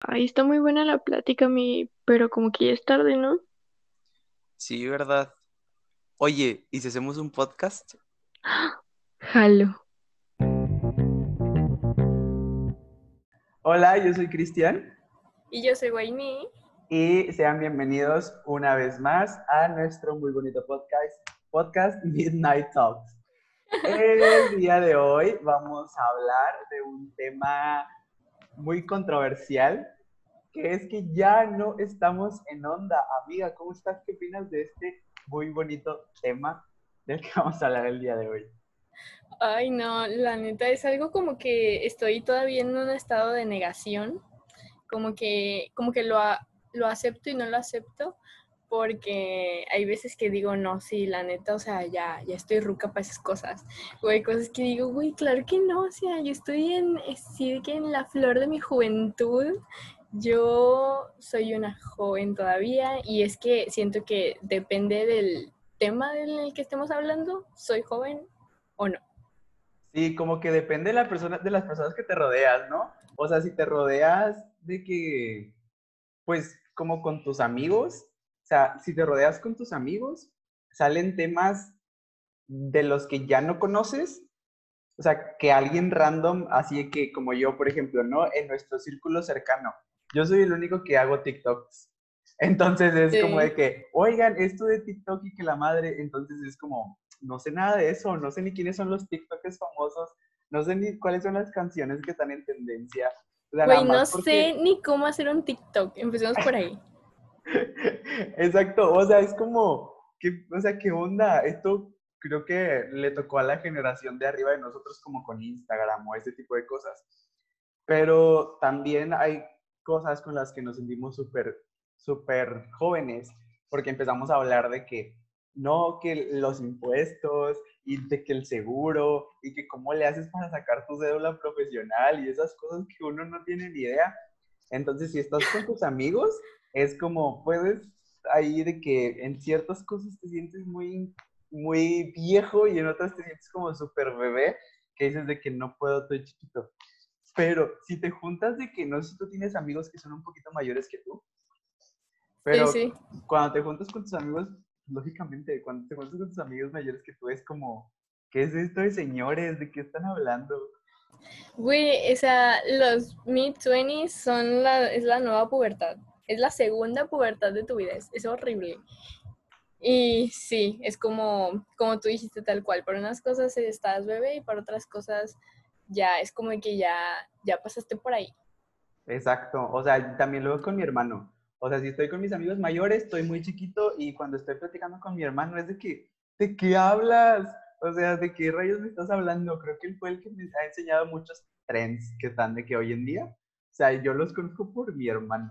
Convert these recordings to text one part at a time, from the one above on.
Ahí está muy buena la plática, pero como que ya es tarde, ¿no? Sí, ¿verdad? Oye, ¿y si hacemos un podcast? Jalo. Hola, yo soy Cristian Y yo soy Guayni. y sean bienvenidos una vez más a nuestro muy bonito podcast Midnight Talks. El día de hoy vamos a hablar de un tema muy controversial, que es que ya no estamos en onda. Amiga, ¿cómo estás? ¿Qué opinas de este muy bonito tema del que vamos a hablar el día de hoy? Ay, no, la neta es algo como que estoy todavía en un estado de negación, como que lo acepto y no lo acepto, porque hay veces que digo, no, sí, la neta, o sea, ya estoy ruca para esas cosas. O hay cosas que digo, güey, claro que no, o sea, yo estoy sí, de que en la flor de mi juventud. Yo soy una joven todavía y es que siento que depende del tema del que estemos hablando, soy joven o no. Sí, como que depende de la persona, de las personas que te rodeas, ¿no? O sea, si te rodeas de que pues como con tus amigos, o sea, si te rodeas con tus amigos, salen temas de los que ya no conoces, o sea, que alguien random, así que como yo, por ejemplo, ¿no? En nuestro círculo cercano, yo soy el único que hago TikToks. Entonces es como de Sí. que, oigan, esto de TikTok y que la madre, entonces es como, no sé nada de eso, no sé ni quiénes son los TikTokers famosos, no sé ni cuáles son las canciones que están en tendencia, o sea, nada Güey, más no sé porque ni cómo hacer un TikTok. Empecemos por ahí. exacto, o sea, es como, o sea, ¿qué onda? Esto creo que le tocó a la generación de arriba de nosotros como con Instagram o ese tipo de cosas. Pero también hay cosas con las que nos sentimos súper jóvenes, porque empezamos a hablar de que no, que los impuestos y de que el seguro y que cómo le haces para sacar tu cédula profesional y esas cosas que uno no tiene ni idea. Entonces, si estás con tus amigos, es como puedes ahí de que en ciertas cosas te sientes muy viejo y en otras te sientes como súper bebé, que dices de que no puedo, estoy chiquito. Pero si te juntas de que no sé si tú tienes amigos que son un poquito mayores que tú, Sí, pero sí. cuando te juntas con tus amigos, lógicamente, cuando te juntas con tus amigos mayores que tú, es como, ¿qué es esto de señores? ¿De qué están hablando? Güey, o sea, los mid-20s es la nueva pubertad. Es la segunda pubertad de tu vida. Es horrible. Y sí, es como tú dijiste tal cual. Para unas cosas estás bebé y para otras cosas ya es como que ya pasaste por ahí. Exacto, o sea, también luego con mi hermano. O sea, si estoy con mis amigos mayores, estoy muy chiquito y cuando estoy platicando con mi hermano es de que, ¿de qué hablas? O sea, ¿de qué rayos me estás hablando? Creo que él fue el que me ha enseñado muchos trends que están de que hoy en día. O sea, yo los conozco por mi hermano.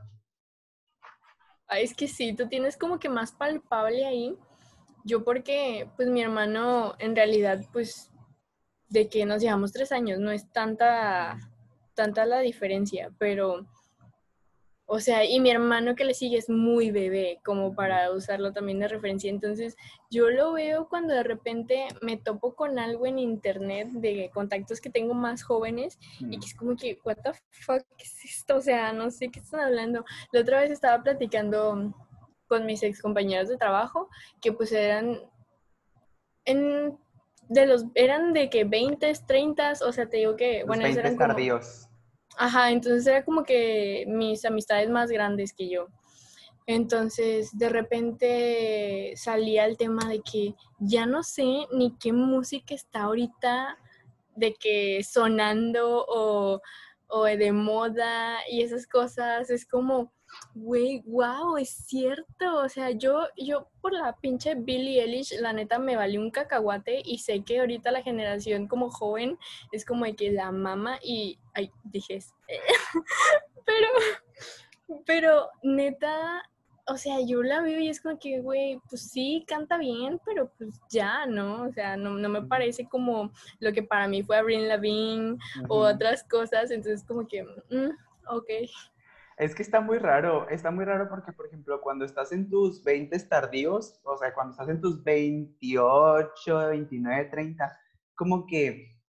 Ay, es que sí, tú tienes como que más palpable ahí. Yo porque, pues mi hermano, en realidad, pues de que nos llevamos 3 años, no es tanta la diferencia, pero, o sea, y mi hermano que le sigue es muy bebé, como Ujú, para usarlo también de referencia. Entonces, yo lo veo cuando de repente me topo con algo en internet de contactos que tengo más jóvenes y ujú. que es como que, what the fuck, ¿qué es esto? O sea, no sé qué están hablando. La otra vez estaba platicando con mis ex compañeros de trabajo que pues en, eran de que 20, 30, o sea, te digo que, Los bueno, ellos 20 eran como, tardíos. ajá, entonces era como que mis amistades más grandes que yo. Entonces, de repente salía el tema de que ya no sé ni qué música está ahorita de que sonando o de moda y esas cosas. Es como, güey, wow, es cierto. O sea, yo por la pinche Billie Eilish, la neta me valió un cacahuate y sé que ahorita la generación como joven es como de que la mama y, ay, dije, pero pero neta, o sea, yo la veo y es como que, güey, pues sí, canta bien, pero pues ya, ¿no? O sea, no me Ujú, parece como lo que para mí fue Avril Lavigne o ujú. otras cosas, entonces como que, ok. Es que está muy raro porque, por ejemplo, cuando estás en tus 20 tardíos, o sea, cuando estás en tus 28, 29, 30, como que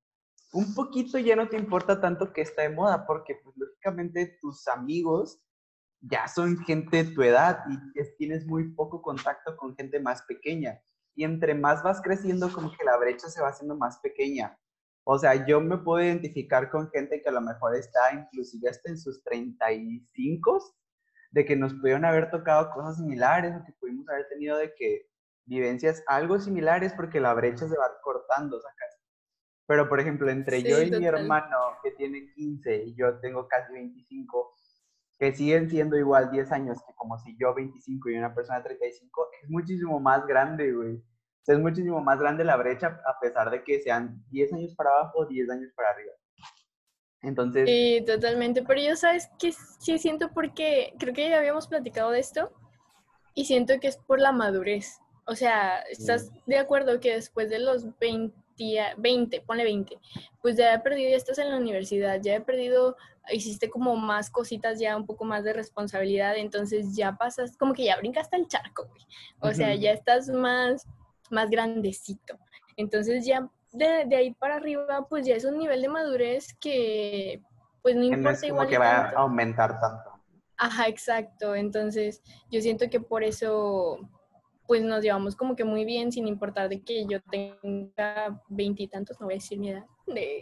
un poquito ya no te importa tanto que está de moda, porque pues lógicamente tus amigos ya son gente de tu edad y tienes muy poco contacto con gente más pequeña. Y entre más vas creciendo, como que la brecha se va haciendo más pequeña. O sea, yo me puedo identificar con gente que a lo mejor está inclusive hasta en sus 35, de que nos pudieron haber tocado cosas similares o que pudimos haber tenido de que vivencias algo similares porque la brecha se va cortando, ¿sacas? Pero, por ejemplo, entre yo Sí, y mi total. hermano, que tiene 15 y yo tengo casi 25, que siguen siendo igual 10 años que como si yo 25 y una persona 35, es muchísimo más grande, güey. O sea, es muchísimo más grande la brecha a pesar de que sean 10 años para abajo o 10 años para arriba. Entonces, Sí, totalmente. Pero yo sabes que sí siento porque creo que ya habíamos platicado de esto y siento que es por la madurez. O sea, ¿estás de acuerdo que después de los 20, ponle 20, pues ya he perdido, ya estás en la universidad, ya he perdido, hiciste como más cositas, ya un poco más de responsabilidad, entonces ya pasas, como que ya brincaste el charco, güey. O sea, ya estás más grandecito. Entonces ya de ahí para arriba, pues ya es un nivel de madurez que pues no que no es importa como igual que y va a tanto. aumentar tanto. Ajá, exacto. Entonces, yo siento que por eso, pues nos llevamos como que muy bien, sin importar de que yo tenga veintitantos, no voy a decir mi edad, de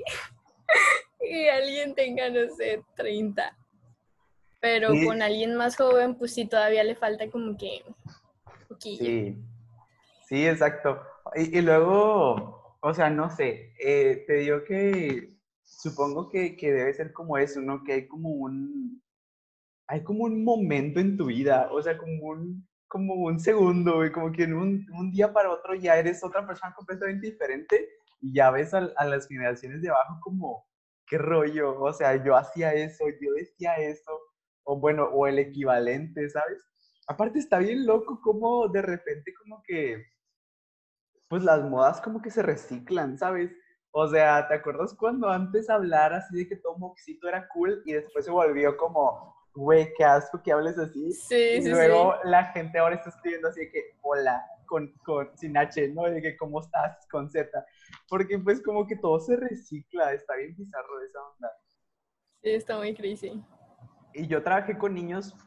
y alguien tenga, no sé, 30. Pero Sí, con alguien más joven, pues sí, todavía le falta como que un poquillo. sí, sí, exacto. Y luego, o sea, no sé, te digo que supongo que debe ser como eso, ¿no? Que hay como un momento en tu vida, o sea, como un segundo, güey, como que en un día para otro ya eres otra persona completamente diferente y ya ves a las generaciones de abajo como, qué rollo, o sea, yo hacía eso, yo decía eso, o bueno, o el equivalente, ¿sabes? Aparte está bien loco como de repente como que pues las modas como que se reciclan, ¿sabes? O sea, ¿te acuerdas cuando antes hablar así de que todo moxito era cool y después se volvió como, güey, qué asco que hables así? Sí, Y sí, sí. luego la gente ahora está escribiendo así de que, hola, sin H, ¿no? De que, ¿cómo estás? Con Z. Porque pues como que todo se recicla, está bien bizarro esa onda. Sí, está muy crazy. Y yo trabajé con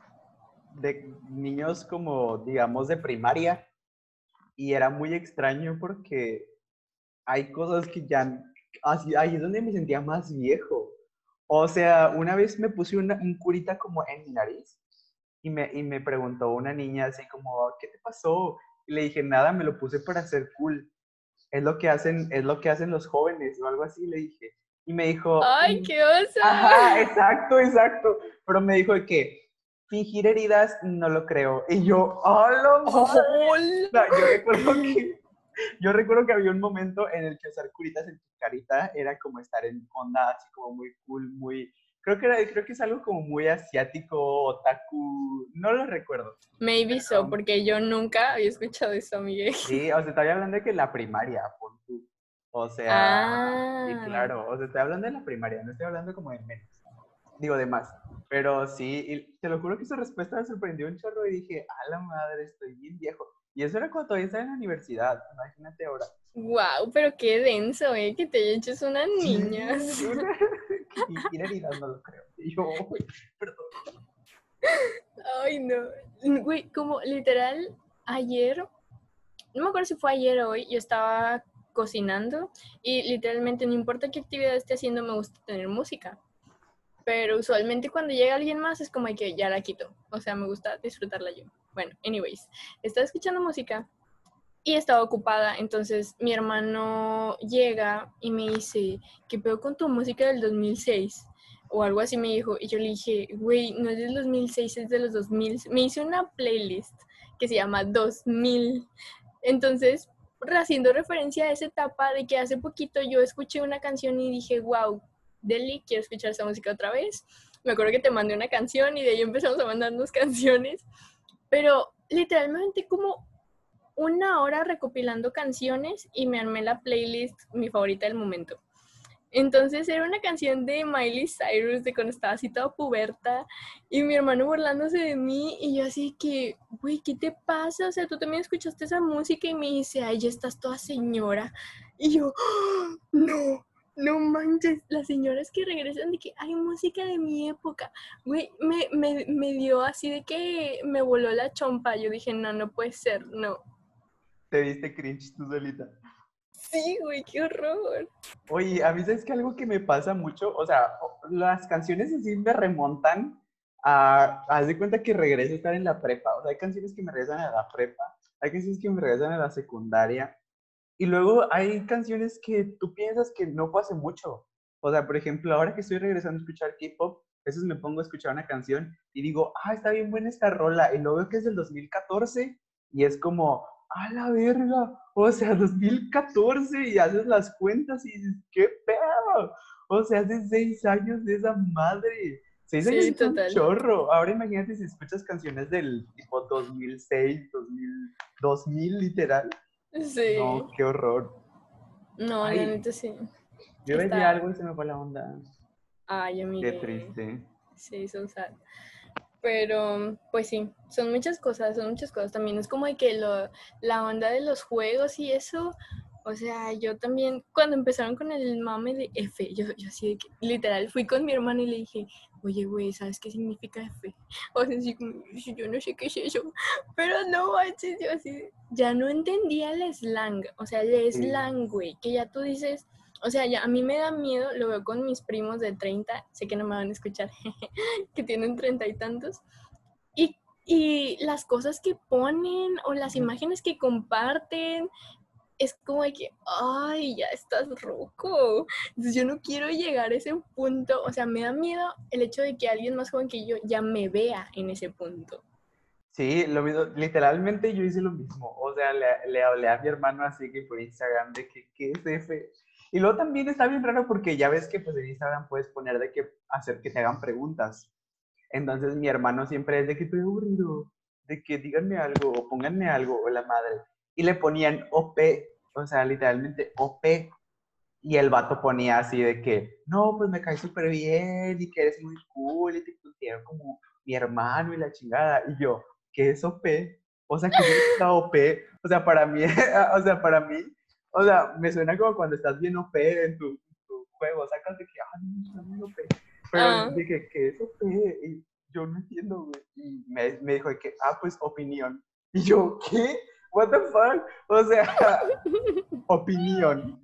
niños como, digamos, de primaria y era muy extraño porque hay cosas que ya, así, ahí es donde me sentía más viejo. O sea, una vez me puse un curita como en mi nariz y me preguntó una niña así como, ¿qué te pasó? Y le dije, nada, me lo puse para ser cool. Es lo que hacen los jóvenes o algo así, le dije. Y me dijo, ¡Ay, qué oso! ajá, exacto, exacto. Pero me dijo de que fingir heridas no lo creo. Y yo, ¡hola, madre! ¡Hola! No, yo recuerdo que había un momento en el que usar curitas en tu carita era como estar en onda así como muy cool, muy... Creo que es algo como muy asiático, otaku, no lo recuerdo. Maybe so, Pero, porque yo nunca había escuchado eso, Miguel. sí, o sea, estaba hablando de que la primaria, pon tú. O sea, sí, Ah, claro, o sea, estoy hablando de la primaria, no estoy hablando como de menos. Digo, de más. Pero sí, y te lo juro que esa respuesta me sorprendió un chorro y dije, a la madre, estoy bien viejo. Y eso era cuando todavía estaba en la universidad, imagínate ahora. wow, pero qué denso, que te haya hecho una niña. Sí, que fingir heridas no lo creo. Y yo, uy, perdón. Ay, no. Güey, como literal, ayer, no me acuerdo si fue ayer o hoy, yo estaba cocinando y literalmente no importa qué actividad esté haciendo, me gusta tener música. Pero usualmente cuando llega alguien más es como que ya la quito. O sea, me gusta disfrutarla yo. Bueno, anyways, estaba escuchando música y estaba ocupada. Entonces mi hermano llega y me dice, ¿qué pedo con tu música del 2006? O algo así me dijo. Y yo le dije, güey, no es del 2006, es de los 2000. Me hice una playlist que se llama 2000. Entonces, haciendo referencia a esa etapa de que hace poquito yo escuché una canción y dije, wow, Deli, quiero escuchar esa música otra vez. Me acuerdo que te mandé una canción y de ahí empezamos a mandarnos canciones. Pero literalmente como una hora recopilando canciones y me armé la playlist, mi favorita del momento. Entonces era una canción de Miley Cyrus de cuando estaba así toda puberta y mi hermano burlándose de mí y yo así que, güey, ¿qué te pasa? O sea, tú también escuchaste esa música y me dice, ay, ya estás toda señora. Y yo, ¡oh, no! No manches, las señoras que regresan de que hay música de mi época, güey, me dio así de que me voló la chompa. Yo dije, no, no puede ser, no. Te diste cringe tú solita. Sí, güey, qué horror. Oye, a mí sabes que algo que me pasa mucho, o sea, las canciones así me remontan haz de cuenta que regreso a estar en la prepa, o sea, hay canciones que me regresan a la prepa, hay canciones que me regresan a la secundaria, y luego hay canciones que tú piensas que no fue hace mucho. O sea, por ejemplo, ahora que estoy regresando a escuchar K-pop, a veces me pongo a escuchar una canción y digo, ah, está bien buena esta rola. Y luego veo que es del 2014 y es como, a la verga. O sea, 2014 y haces las cuentas y dices, ¿qué pedo? O sea, hace 6 años de esa madre. 6 años Sí, es un total. chorro. Ahora imagínate si escuchas canciones del tipo 2006, 2000 literal. Sí. No, qué horror. No, la Ay, neta sí. yo decía Está. algo y se me fue la onda. Ay, Qué amigue. triste. Sí, son sad. Pero, pues sí, son muchas cosas, son muchas cosas. También es como de que la onda de los juegos y eso. O sea, yo también, cuando empezaron con el mame de F, yo así de que, literal, fui con mi hermano y le dije, oye, güey, ¿sabes qué significa F? O sea, así como, yo no sé qué es eso. Pero no manches, yo así, ya no entendía el slang. O sea, el Sí. slang, güey, que ya tú dices, o sea, ya a mí me da miedo, lo veo con mis primos de 30, sé que no me van a escuchar, que tienen 30 y tantos, y las cosas que ponen o las imágenes que comparten, es como de que, ay, ya estás roco. Entonces yo no quiero llegar a ese punto, o sea, me da miedo el hecho de que alguien más joven que yo ya me vea en ese punto. Sí, lo mismo, literalmente yo hice lo mismo. O sea, le hablé a mi hermano así que por Instagram de que, ¿qué es F? Y luego también está bien raro porque ya ves que pues en Instagram puedes poner de que hacer que te hagan preguntas. Entonces mi hermano siempre es de que estoy aburrido, de que díganme algo o pónganme algo o la madre. Y le ponían OP, o sea, literalmente OP. Y el vato ponía así de que, no, pues me caes súper bien y que eres muy cool y te considero como mi hermano y la chingada. Y yo, ¿qué es OP? O sea, ¿qué significa OP? O sea, para mí, o sea, para mí, o sea, me suena como cuando estás bien OP en tu juego, sacas de que, ah, no, está bien OP. Pero Ah, dije, ¿qué es OP? Y yo no entiendo, güey. Y me dijo de que, ah, pues opinión. Y yo, ¿qué? What the fuck? O sea, opinión.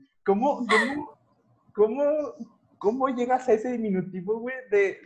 ¿Cómo, cómo llegas a ese diminutivo, güey,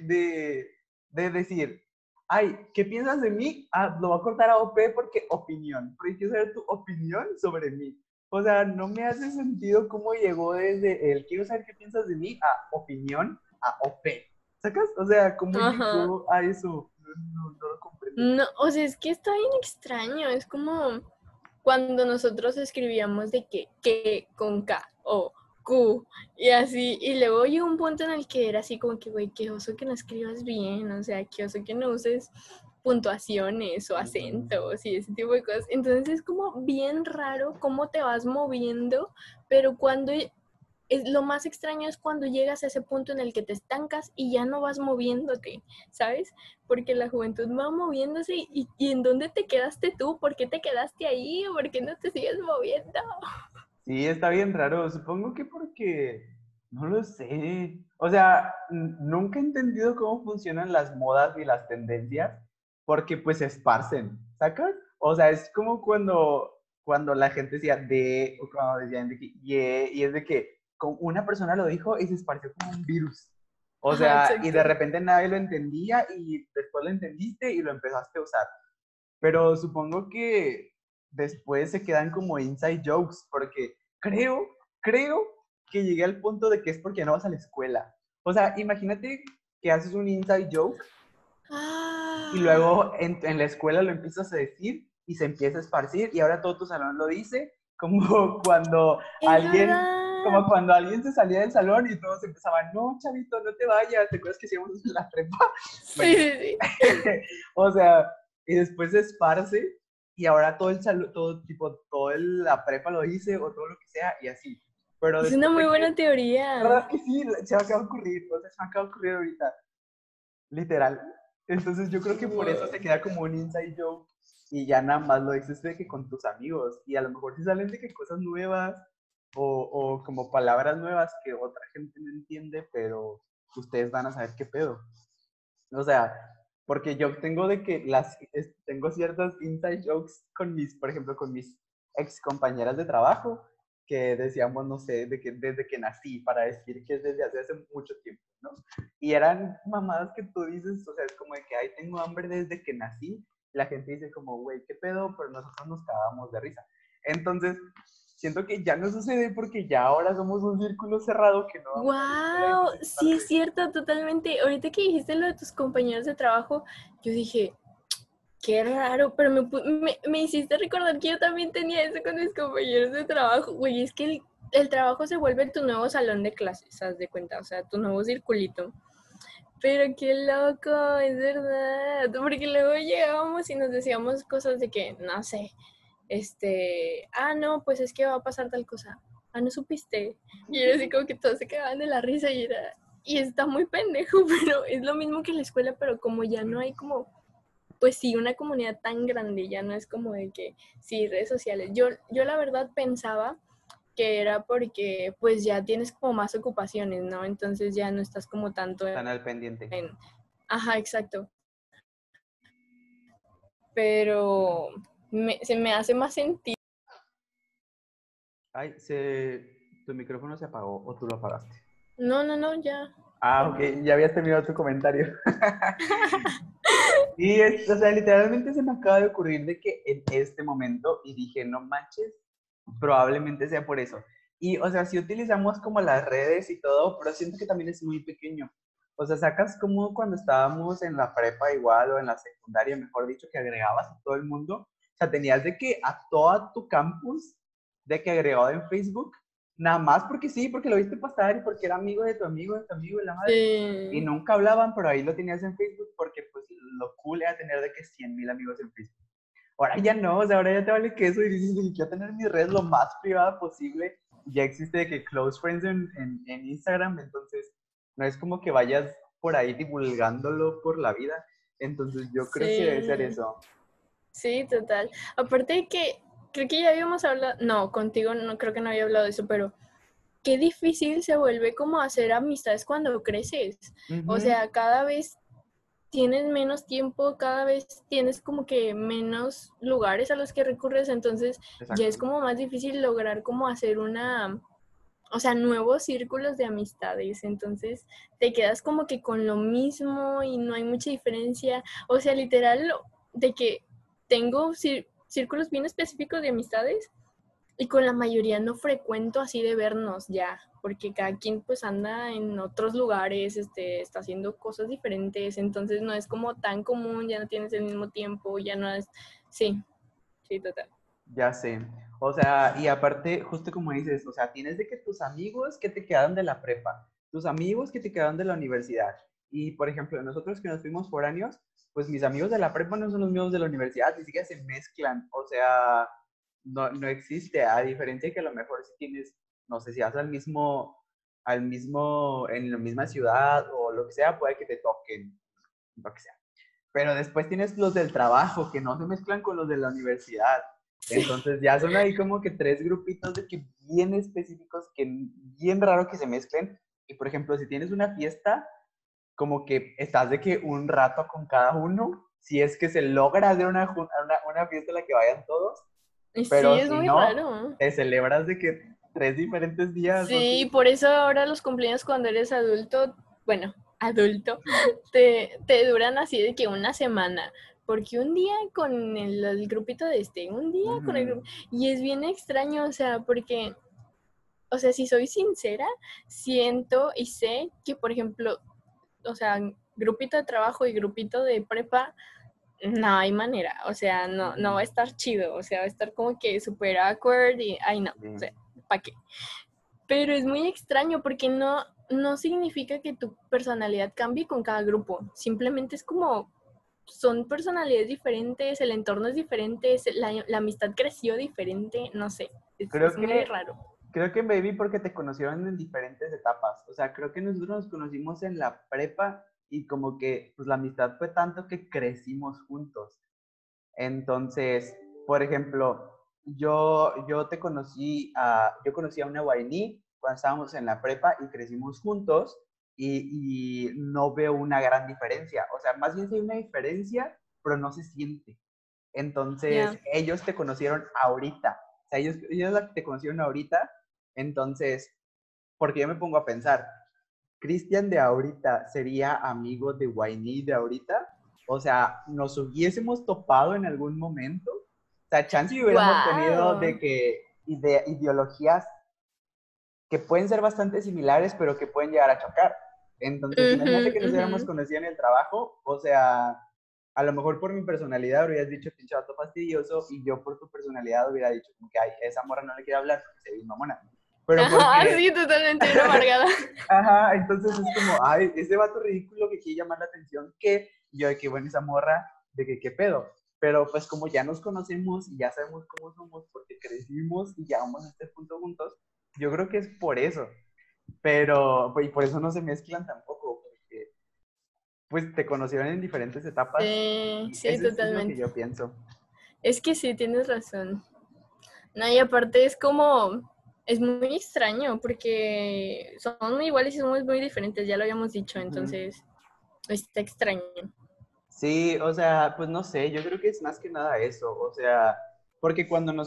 de decir, ay, ¿qué piensas de mí? Ah, lo voy a cortar a OP porque opinión, porque quiero saber tu opinión sobre mí. O sea, no me hace sentido cómo llegó desde el quiero saber qué piensas de mí a opinión a OP. ¿Sacas? O sea, ¿cómo ajá. llegó a eso? No lo comprendo. No, o sea, es que está bien extraño, es como cuando nosotros escribíamos de que con K o Q y así, y luego llegó un punto en el que era así como que, güey, qué oso que no escribas bien, o sea, qué oso que no uses puntuaciones o Ujú. acentos y ese tipo de cosas. Entonces es como bien raro cómo te vas moviendo, pero cuando lo más extraño es cuando llegas a ese punto en el que te estancas y ya no vas moviéndote, ¿sabes? Porque la juventud va moviéndose y ¿en dónde te quedaste tú? ¿Por qué te quedaste ahí? ¿Por qué no te sigues moviendo? Sí, está bien raro. Supongo que porque, no lo sé. O sea, nunca he entendido cómo funcionan las modas y las tendencias, porque pues se esparcen, ¿sacas? O sea, es como cuando la gente decía de, o cuando decían de que ye, y es de que una persona lo dijo y se esparció como un virus. O Ajá, sea, y de exacto. repente nadie lo entendía y después lo entendiste y lo empezaste a usar. Pero supongo que después se quedan como inside jokes, porque creo que llegué al punto de que es porque no vas a la escuela. O sea, imagínate que haces un inside joke y Ah, luego en la escuela lo empiezas a decir y se empieza a esparcir y ahora todo tu salón lo dice, como cuando es alguien, verdad. como cuando alguien se salía del salón y todos empezaban, no, chavito, no te vayas, ¿te acuerdas que hacíamos eso en la prepa? Sí, Bueno, sí, sí. o sea, y después se esparce y ahora todo el salón, todo tipo, la prepa lo dice o todo lo que sea y así. Pero Es una después muy de que, buena teoría. ¿verdad que sí? Se me acaba de ocurrir, o sea, se me acaba de ocurrir ahorita, literal. Entonces yo creo que por eso Wow. se queda como un inside joke y ya nada más lo dices de que con tus amigos y a lo mejor si salen de que cosas nuevas o como palabras nuevas que otra gente no entiende, pero ustedes van a saber qué pedo. O sea, porque yo tengo de que tengo ciertos inside jokes con por ejemplo, con mis ex compañeras de trabajo, que decíamos, no sé, de que desde que nací, para decir que es desde hace mucho tiempo, ¿no? Y eran mamadas que tú dices, o sea, es como de que, ay, tengo hambre desde que nací. La gente dice como, güey, ¿qué pedo? Pero nosotros nos cagábamos de risa. Entonces, siento que ya no sucede porque ya ahora somos un círculo cerrado que no vamos a la escuela y Wow, nos sí es imparte. cierto, totalmente. Ahorita que dijiste lo de tus compañeros de trabajo, yo dije, qué raro, pero me hiciste recordar que yo también tenía eso con mis compañeros de trabajo. Güey, es que el trabajo se vuelve tu nuevo salón de clases, haz de cuenta, o sea, tu nuevo circulito. Pero qué loco, es verdad. Porque luego llegábamos y nos decíamos cosas de que, no sé, no, pues es que va a pasar tal cosa. Ah, no supiste. Y era así como que todos se quedaban de la risa y está muy pendejo, pero es lo mismo que en la escuela, pero como ya no hay como, pues sí, una comunidad tan grande, ya no es como de que, sí, redes sociales. Yo la verdad pensaba que era porque pues ya tienes como más ocupaciones, ¿no? Entonces ya no estás como tanto Están al pendiente. Ajá, exacto. Pero se me hace más sentido. Ay, tu micrófono se apagó o tú lo apagaste. No, ya. Ah, ok, ya habías terminado tu comentario. Y o sea, literalmente se me acaba de ocurrir de que en este momento, y dije, no manches, probablemente sea por eso. Y, o sea, si utilizamos como las redes y todo, pero siento que también es muy pequeño. O sea, sacas como cuando estábamos en la prepa igual o en la secundaria, mejor dicho, que agregabas a todo el mundo. O sea, tenías de que a todo tu campus, de que agregado en Facebook, nada más porque sí, porque lo viste pasar y porque era amigo de tu amigo, de tu amigo, de la madre. Y Sí. nunca hablaban, pero ahí lo tenías en Facebook porque pues lo cool era tener de que 100,000 amigos en Facebook. Ahora ya no, o sea, ahora ya te vale queso y dices, "Oye, quiero tener mis redes lo más privada posible". Ya existe de que close friends en Instagram, entonces no es como que vayas por ahí divulgándolo por la vida. Entonces yo creo que debe ser Sí, eso. sí, total. Aparte de que creo que ya habíamos hablado, no, contigo no creo que no había hablado de eso, pero qué difícil se vuelve como hacer amistades cuando creces. O Ujú, sea, cada vez tienes menos tiempo, cada vez tienes como que menos lugares a los que recurres, entonces ya es exacto. como más difícil lograr como hacer o sea, nuevos círculos de amistades, entonces te quedas como que con lo mismo y no hay mucha diferencia, o sea, literal, de que tengo círculos bien específicos de amistades y con la mayoría no frecuento así de vernos ya, porque cada quien pues anda en otros lugares, está haciendo cosas diferentes, entonces no es como tan común, ya no tienes el mismo tiempo, ya no es, sí, sí, total. Ya sé. O sea, y aparte, justo como dices, o sea, tienes de que tus amigos que te quedaron de la prepa, tus amigos que te quedaron de la universidad. Y, por ejemplo, nosotros que nos fuimos foráneos, pues mis amigos de la prepa no son los míos de la universidad, ni siquiera se mezclan. O sea, no existe, a diferencia de que a lo mejor si tienes, no sé, si vas en la misma ciudad o lo que sea, puede que te toquen, lo que sea. Pero después tienes los del trabajo que no se mezclan con los de la universidad. Entonces ya son ahí como que tres grupitos de que bien específicos, que bien raro que se mezclen. Y por ejemplo, si tienes una fiesta, como que estás de que un rato con cada uno, si es que se logra hacer una fiesta en la que vayan todos, Y sí, pero es si muy no, raro. te celebras de que 3 diferentes días o Sí, así. por eso ahora los cumpleaños cuando eres adulto, bueno, adulto, te duran así de que una semana. Porque un día con el grupito de un día con el Ujú. grupo. Y es bien extraño, o sea, porque, o sea, si soy sincera, siento y sé que, por ejemplo, o sea, grupito de trabajo y grupito de prepa, no hay manera, o sea, no va a Ujú. estar chido, o sea, va a estar como que súper awkward y, ay no, o Sí. sea, ¿para qué? Pero es muy extraño porque no significa que tu personalidad cambie con cada grupo. Simplemente es como, son personalidades diferentes, el entorno es diferente, la amistad creció diferente, no sé, es Creo muy que raro. Creo que maybe porque te conocieron en diferentes etapas. O sea, creo que nosotros nos conocimos en la prepa y como que pues la amistad fue tanto que crecimos juntos. Entonces, por ejemplo, yo conocí a una Guainí cuando estábamos en la prepa y crecimos juntos y no veo una gran diferencia. O sea, más bien sí hay una diferencia, pero no se siente. Entonces, Ya. ellos te conocieron ahorita. O sea, ellos te conocieron ahorita. Entonces, porque yo me pongo a pensar, Cristian de ahorita sería amigo de Guainí de ahorita. O sea, nos hubiésemos topado en algún momento. O sea, chance y hubiéramos tenido Guau. ideologías que pueden ser bastante similares, pero que pueden llegar a chocar. Entonces, imagínate que nos hubiéramos Ujú. conocido en el trabajo, o sea, a lo mejor por mi personalidad hubieras dicho pinche vato fastidioso y yo por tu personalidad hubiera dicho como que, ay, esa morra no le quiere hablar porque se ve mamona. Pero Ajá, porque, sí, totalmente una amargada. ajá, entonces es como, ay, ese vato ridículo que quiere llamar la atención, que yo de que, bueno, esa morra, de que qué pedo. Pero pues como ya nos conocemos y ya sabemos cómo somos porque crecimos y llegamos a este punto juntos, yo creo que es por eso. Pero, pues, y por eso no se mezclan tampoco, porque pues te conocieron en diferentes etapas Sí, y sí, eso es lo que totalmente. yo pienso. Es que sí, tienes razón. No, y aparte es muy extraño porque son muy iguales y somos muy diferentes, ya lo habíamos dicho, Ujú. entonces está extraño. Sí, o sea, pues no sé, yo creo que es más que nada eso, o sea, porque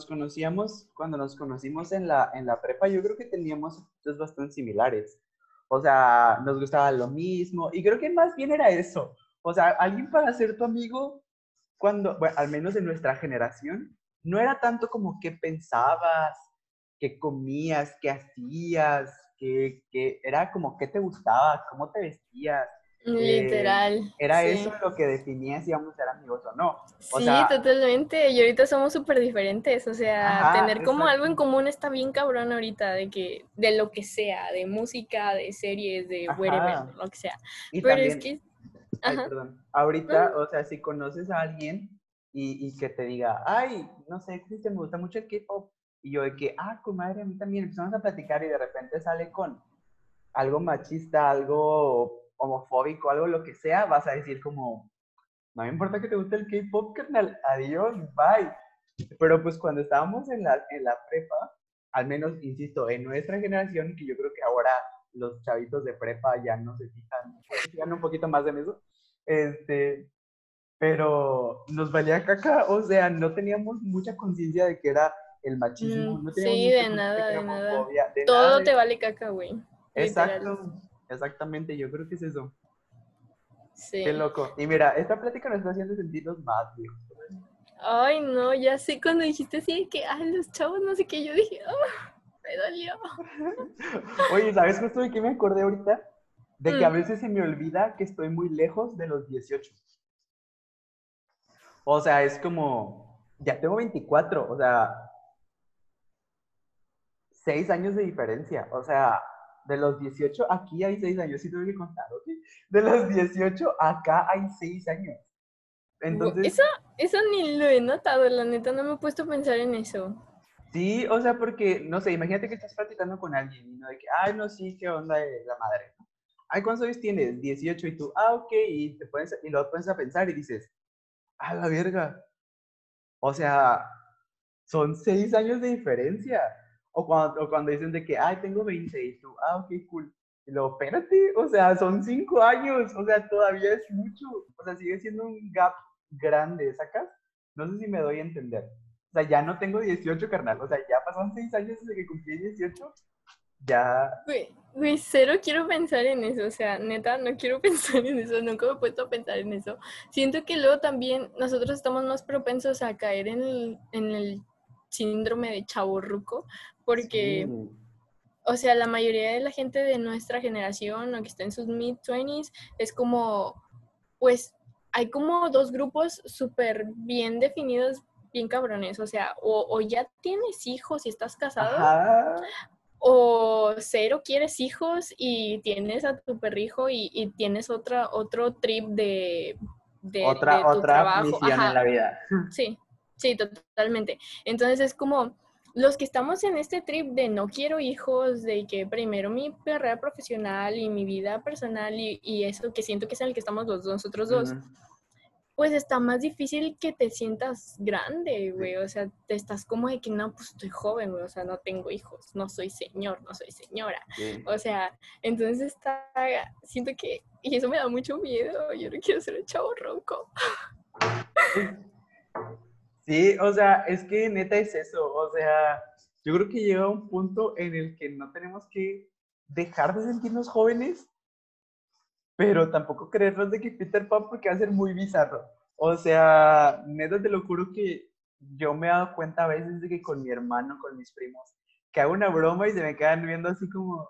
cuando nos conocimos en la prepa, yo creo que teníamos actitudes bastante similares, o sea, nos gustaba lo mismo, y creo que más bien era eso, o sea, alguien para ser tu amigo, cuando, bueno, al menos en nuestra generación, no era tanto como qué pensabas, qué comías, qué hacías, que era como qué te gustaba, cómo te vestías, eh, Literal, era eso sí. lo que definía si íbamos a ser amigos o no. O Sí, sea, totalmente. Y ahorita somos súper diferentes. O sea, ajá, tener como algo exacto. en común está bien cabrón ahorita, de lo que sea, de música, de series, de wherever, Ajá. lo que sea. Y Pero es también, que, ay, ajá. perdón, No, ahorita, o sea, si conoces a alguien y que te diga, ay, no sé, Cristian, me gusta mucho el K-pop, y yo de que, ah, comadre, a mí también, empezamos a platicar y de repente sale con algo machista, algo homofóbico, algo lo que sea, vas a decir como, no me importa que te guste el K-pop, carnal, adiós, bye. Pero pues cuando estábamos en la prepa, al menos, insisto, en nuestra generación, que yo creo que ahora los chavitos de prepa ya no se fijan, se fijan un poquito más en eso, este, pero nos valía caca, o sea, no teníamos mucha conciencia de que era el machismo, no teníamos sí, mucha de conciencia de nada, que era de nada. homofobia, de nada Todo de te eso. vale caca, güey. Literal. Exacto, exactamente, yo creo que es eso. Qué Sí. loco. Y mira, esta plática nos está haciendo sentirnos más, viejos. Ay, no, ya sé cuando dijiste así de que, ay, los chavos, no sé qué, yo dije, oh, me dolió. Oye, ¿sabes justo de qué me acordé ahorita? De que a Mm, veces se me olvida que estoy muy lejos de los 18. O sea, es como, ya tengo 24, o sea, 6 años de diferencia. O sea, de los 18 aquí hay 6 años, sí tengo que contar, ¿ok? De los 18 acá hay 6 años. Entonces, Eso, eso ni lo he notado, la neta, no me he puesto a pensar en eso. sí, o sea, porque, no sé, imagínate que estás platicando con alguien y no de que, ay, no, sí, qué onda de la madre. Ay, ¿cuántos años tienes? 18 y tú, ah, ok, y lo pones a pensar y dices, a la verga. O sea, son 6 años de diferencia. O cuando dicen de que, ay, tengo 20 y tú, ah, ok, cool. Y luego, espérate, o sea, son 5 años, o sea, todavía es mucho. O sea, sigue siendo un gap grande, ¿sacas? No sé si me doy a entender. O sea, ya no tengo 18, carnal. O sea, ya pasaron 6 años desde que cumplí 18. Ya. Güey, cero quiero pensar en eso, o sea, neta, no quiero pensar en eso, nunca me he puesto a pensar en eso. Siento que luego también nosotros estamos más propensos a caer en el síndrome de chavorruco, porque, Sí. o sea, la mayoría de la gente de nuestra generación o que está en sus mid-20s es como, pues, hay como dos grupos súper bien definidos, bien cabrones, o sea, o ya tienes hijos y estás casado, Ajá. o cero quieres hijos y tienes a tu perrijo y tienes otro trip de tu Otra trabajo. misión en Ajá, la vida. sí, sí, totalmente. Entonces es como los que estamos en este trip de no quiero hijos, de que primero mi carrera profesional y mi vida personal y eso que siento que es en el que estamos nosotros dos, Ujú. pues está más difícil que te sientas grande, güey. O sea, te estás como de que no, pues estoy joven, güey. O sea, no tengo hijos, no soy señor, no soy señora. Sí. O sea, entonces siento que, y eso me da mucho miedo. Yo no quiero ser un chavo ronco. Sí, o sea, es que neta es eso, o sea, yo creo que llega un punto en el que no tenemos que dejar de sentirnos jóvenes, pero tampoco creernos de que Peter Pan porque va a ser muy bizarro. O sea, neta te lo juro que yo me he dado cuenta a veces de que con mi hermano, con mis primos, que hago una broma y se me quedan viendo así como...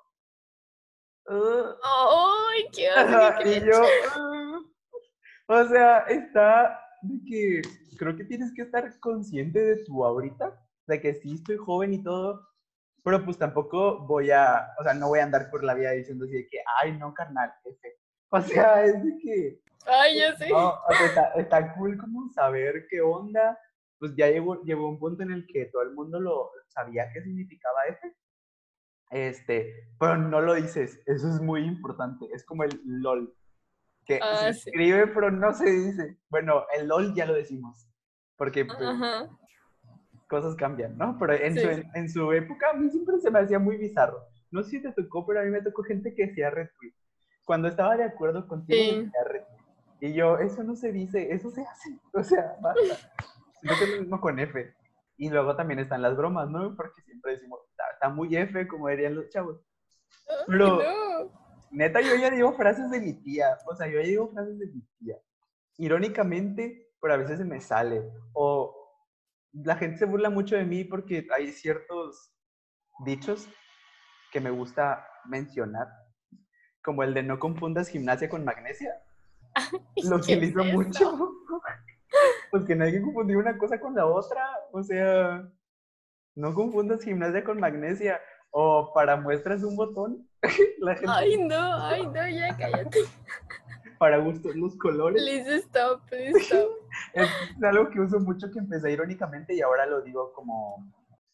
"Ugh". ¡Ay, qué oso, qué Y cringe! yo... "Ugh". O sea, está de que creo que tienes que estar consciente de tu ahorita, de que sí estoy joven y todo, pero pues tampoco voy a, o sea, no voy a andar por la vida diciendo así de que, ay, no, carnal, F. O sea, es de que, Ay, ya sé. no, o sea, está cool como saber qué onda, pues ya llegó un punto en el que todo el mundo lo sabía qué significaba F, pero no lo dices, eso es muy importante, es como el LOL que se Ah, sí. escribe pero no se dice. Bueno, el LOL ya lo decimos, porque pues, Ajá. cosas cambian, ¿no? Pero en su, Sí. en su época a mí siempre se me hacía muy bizarro. No sé si te tocó, pero a mí me tocó gente que hacía retweet. Cuando estaba de acuerdo contigo, Sí. decía retweet. Y yo, eso no se dice, eso se hace. O sea, basta. Siento que es lo mismo con F. Y luego también están las bromas, ¿no? Porque siempre decimos, está muy F, como dirían los chavos. Ay, Pero no. neta, yo ya digo frases de mi tía. O sea, yo ya digo frases de mi tía. Irónicamente, pero a veces se me sale. O la gente se burla mucho de mí porque hay ciertos dichos que me gusta mencionar, como el de no confundas gimnasia con magnesia. Lo ¿Qué es utilizo mucho. eso? Pues que no hay que confundir una cosa con la otra. O sea, no confundas gimnasia con magnesia. O para muestras un botón, la gente Ay, no, ya cállate. para gustos los colores. Please stop, please stop. Es algo que uso mucho que empecé irónicamente y ahora lo digo como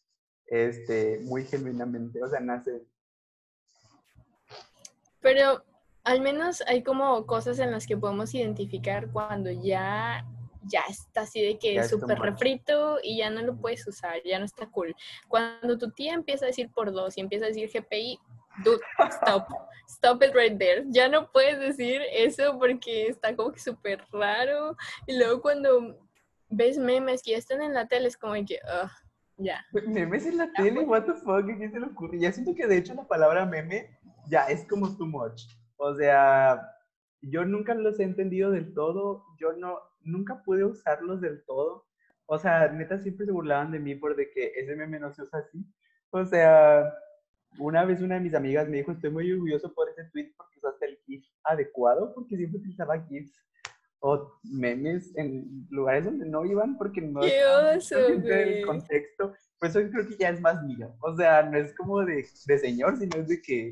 muy genuinamente. O sea, nace. Pero al menos hay como cosas en las que podemos identificar cuando ya está así de que Ya es es too súper much. refrito y ya no lo puedes usar, ya no está cool. Cuando tu tía empieza a decir por dos y empieza a decir GPI, dude, stop it right there. Ya no puedes decir eso porque está como que súper raro. Y luego cuando ves memes que ya están en la tele es como que, ya. Memes en la tele, what the fuck, ¿a quién se le ocurre? Ya siento que de hecho la palabra meme ya es como too much. O sea, yo nunca los he entendido del todo, nunca pude usarlos del todo. O sea, neta siempre se burlaban de mí por de que ese meme no se usa así. O sea, una vez una de mis amigas me dijo, estoy muy orgulloso por ese tweet porque usaste el GIF adecuado, porque siempre utilizaba GIFs o memes en lugares donde no iban porque no ¡Qué estaban muy oso, conscientes del güey! contexto. Por eso creo que ya es más mío. O sea, no es como de señor, sino es de que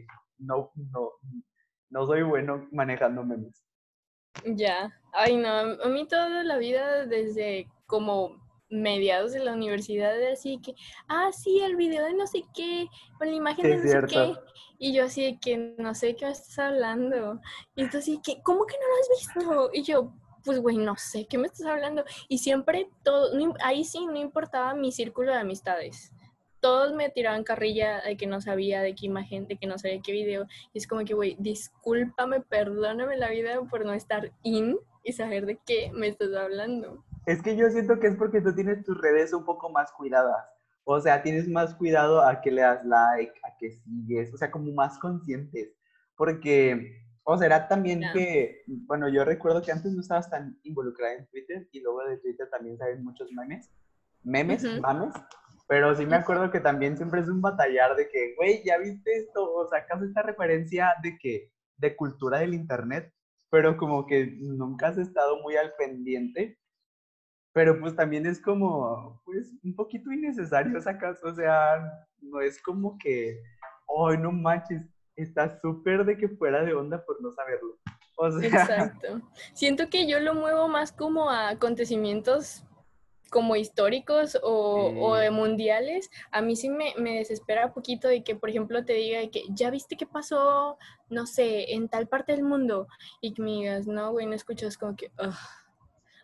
no soy bueno manejando memes. Ya, ay no, a mí toda la vida desde como mediados de la universidad era así que, sí, el video de no sé qué, con la Sí, imagen de es no sé qué, cierto. y yo así de que no sé de qué me estás hablando, y tú así que, ¿cómo que no lo has visto? Y yo, pues güey, no sé, ¿qué me estás hablando? Y siempre todo, ahí sí no importaba mi círculo de amistades. Todos me tiraban carrilla de que no sabía de qué imagen, de que no sabía qué video. Y es como que, güey, discúlpame, perdóname la vida por no estar in y saber de qué me estás hablando. Es que yo siento que es porque tú tienes tus redes un poco más cuidadas. O sea, tienes más cuidado a que le das like, a que sigues, o sea, como más conscientes. Porque, o será también Ya. que, bueno, yo recuerdo que antes no estabas tan involucrada en Twitter y luego de Twitter también salen muchos Ujú. mames, pero sí me acuerdo que también siempre es un batallar de que, güey, ¿ya viste esto? O sacas esta referencia de cultura del internet, pero como que nunca has estado muy al pendiente, pero pues también es como, pues, un poquito innecesario sacas, o sea, no es como que, ay, no manches, está súper de que fuera de onda por no saberlo. O sea, Exacto. Siento que yo lo muevo más como a acontecimientos como históricos o de mundiales. A mí sí me desespera un poquito de que, por ejemplo, te diga de que ya viste qué pasó, no sé, en tal parte del mundo, y que me digas, no, güey, no escuchas como que, ugh.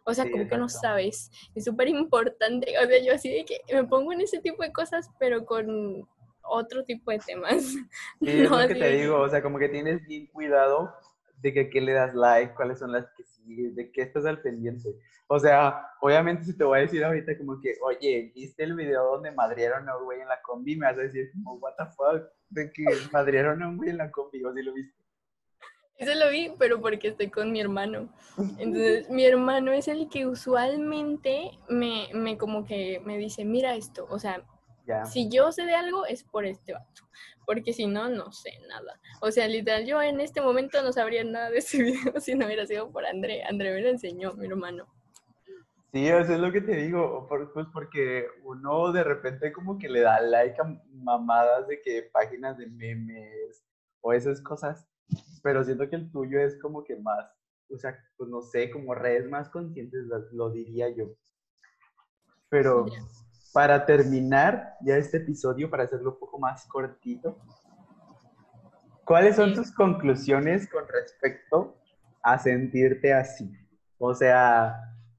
O sea, Sí, como que no exacto. sabes, es súper importante. O sea, yo así de que me pongo en ese tipo de cosas, pero con otro tipo de temas. Sí, es No lo que así te de digo, que... o sea, como que tienes bien cuidado de que a qué le das like, cuáles son las que sigues, de qué estás al pendiente. O sea, obviamente si te voy a decir ahorita como que, oye, ¿viste el video donde madrearon a un güey en la combi? Me vas a decir como, what the fuck, de que madrearon a un güey en la combi, o si lo viste. Eso lo vi, pero porque estoy con mi hermano. Entonces, mi hermano es el que usualmente me como que me dice, mira esto. O sea, Ya. si yo sé de algo es por este vato, porque si no, no sé nada. O sea, literal, yo en este momento no sabría nada de ese video si no hubiera sido por André. André me lo enseñó, mi hermano. Sí, eso es lo que te digo, pues porque uno de repente como que le da like a mamadas de que páginas de memes o esas cosas, pero siento que el tuyo es como que más, o sea, pues no sé, como redes más conscientes, lo diría yo. Pero Ya. para terminar ya este episodio, para hacerlo un poco más cortito, ¿cuáles son Sí. tus conclusiones con respecto a sentirte así? O sea,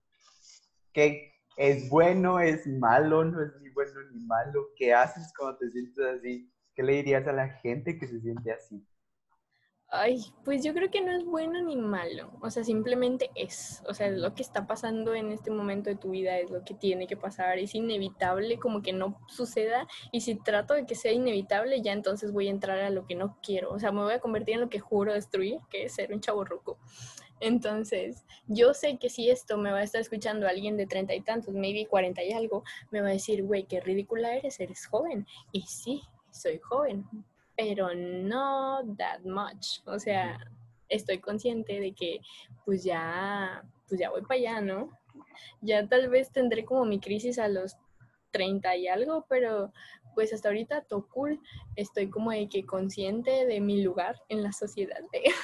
¿qué es bueno, es malo, no es ni bueno ni malo? ¿Qué haces cuando te sientes así? ¿Qué le dirías a la gente que se siente así? Ay, pues yo creo que no es bueno ni malo, o sea, simplemente es, o sea, lo que está pasando en este momento de tu vida es lo que tiene que pasar, es inevitable como que no suceda y si trato de que sea inevitable ya entonces voy a entrar a lo que no quiero, o sea, me voy a convertir en lo que juro destruir, que es ser un chavorruco. Entonces, yo sé que si esto me va a estar escuchando alguien de 30 y tantos, maybe 40 y algo, me va a decir, güey, qué ridícula eres joven. Y sí, soy joven, pero no that much. O sea, estoy consciente de que pues ya voy para allá, ¿no? Ya tal vez tendré como mi crisis a los 30 y algo, pero pues hasta ahorita todo cool. Estoy como de que consciente de mi lugar en la sociedad.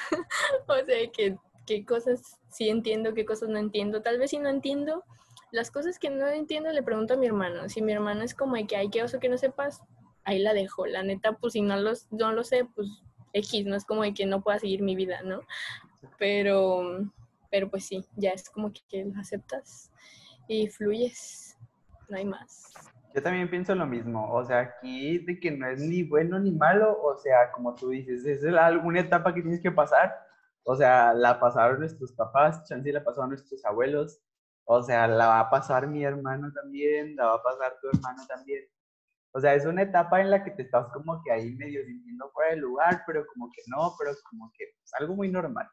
O sea, que qué cosas sí entiendo, qué cosas no entiendo. Tal vez si no entiendo, las cosas que no entiendo le pregunto a mi hermano. Si mi hermano es como de que hay que oso que no sepas, ahí la dejo. La neta, pues si no lo sé, pues X, no es como de que no pueda seguir mi vida, ¿no? Pero, pero pues sí, ya es como que lo aceptas y fluyes, no hay más. Yo también pienso lo mismo, o sea, aquí de que no es ni bueno ni malo, o sea, como tú dices, es alguna etapa que tienes que pasar, o sea, la pasaron nuestros papás, chance la pasaron nuestros abuelos, o sea, la va a pasar mi hermano también, la va a pasar tu hermano también. O sea, es una etapa en la que te estás como que ahí medio sintiendo fuera de lugar, pero como que no, pero como que es algo muy normal.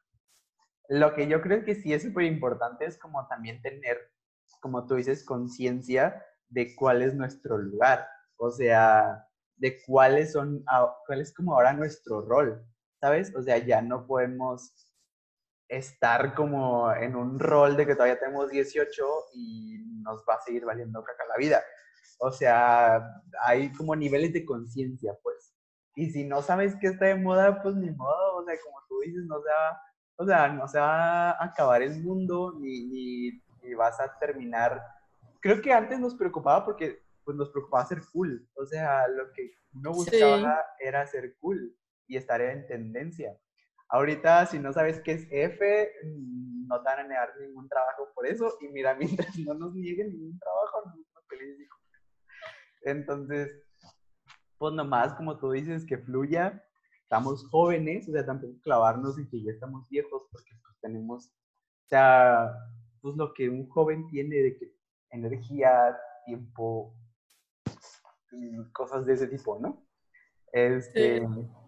Lo que yo creo que sí es súper importante es como también tener, como tú dices, conciencia de cuál es nuestro lugar, o sea, de cuál es como ahora nuestro rol, ¿sabes? O sea, ya no podemos estar como en un rol de que todavía tenemos 18 y nos va a seguir valiendo caca la vida. O sea, hay como niveles de conciencia, pues. Y si no sabes qué está de moda, pues ni modo, o sea, como tú dices, o sea, no se va a acabar el mundo, ni vas a terminar. Creo que antes nos preocupaba porque pues nos preocupaba ser cool, o sea, lo que uno buscaba Sí, era ser cool y estar en tendencia. Ahorita, si no sabes qué es F, no te van a negar ningún trabajo por eso. Y mira, mientras no nos nieguen ningún trabajo, nosotros felices. Entonces, pues nomás, como tú dices, que fluya. Estamos jóvenes, o sea, tampoco clavarnos en que ya estamos viejos, porque pues tenemos, o sea, pues lo que un joven tiene de que energía, tiempo, cosas de ese tipo, ¿no? sí, Este,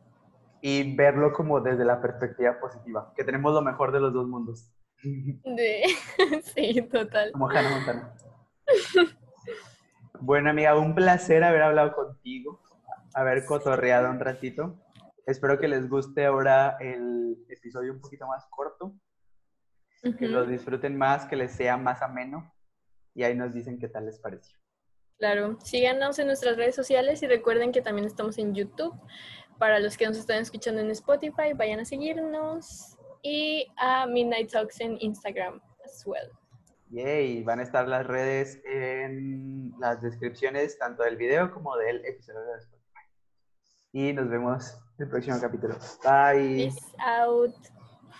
y verlo como desde la perspectiva positiva, que tenemos lo mejor de los dos mundos. de, sí, total. Como Hannah Montana. Bueno, amiga, un placer haber hablado contigo, haber cotorreado un ratito. Espero que les guste ahora el episodio un poquito más corto, que lo Ujú. disfruten más, que les sea más ameno y ahí nos dicen qué tal les pareció. Claro, síganos en nuestras redes sociales y recuerden que también estamos en YouTube. Para los que nos están escuchando en Spotify, vayan a seguirnos y a Midnight Talks en Instagram as well. Yay, van a estar las redes en las descripciones tanto del video como del episodio de Spotify. Y nos vemos en el próximo capítulo. Bye. Peace out.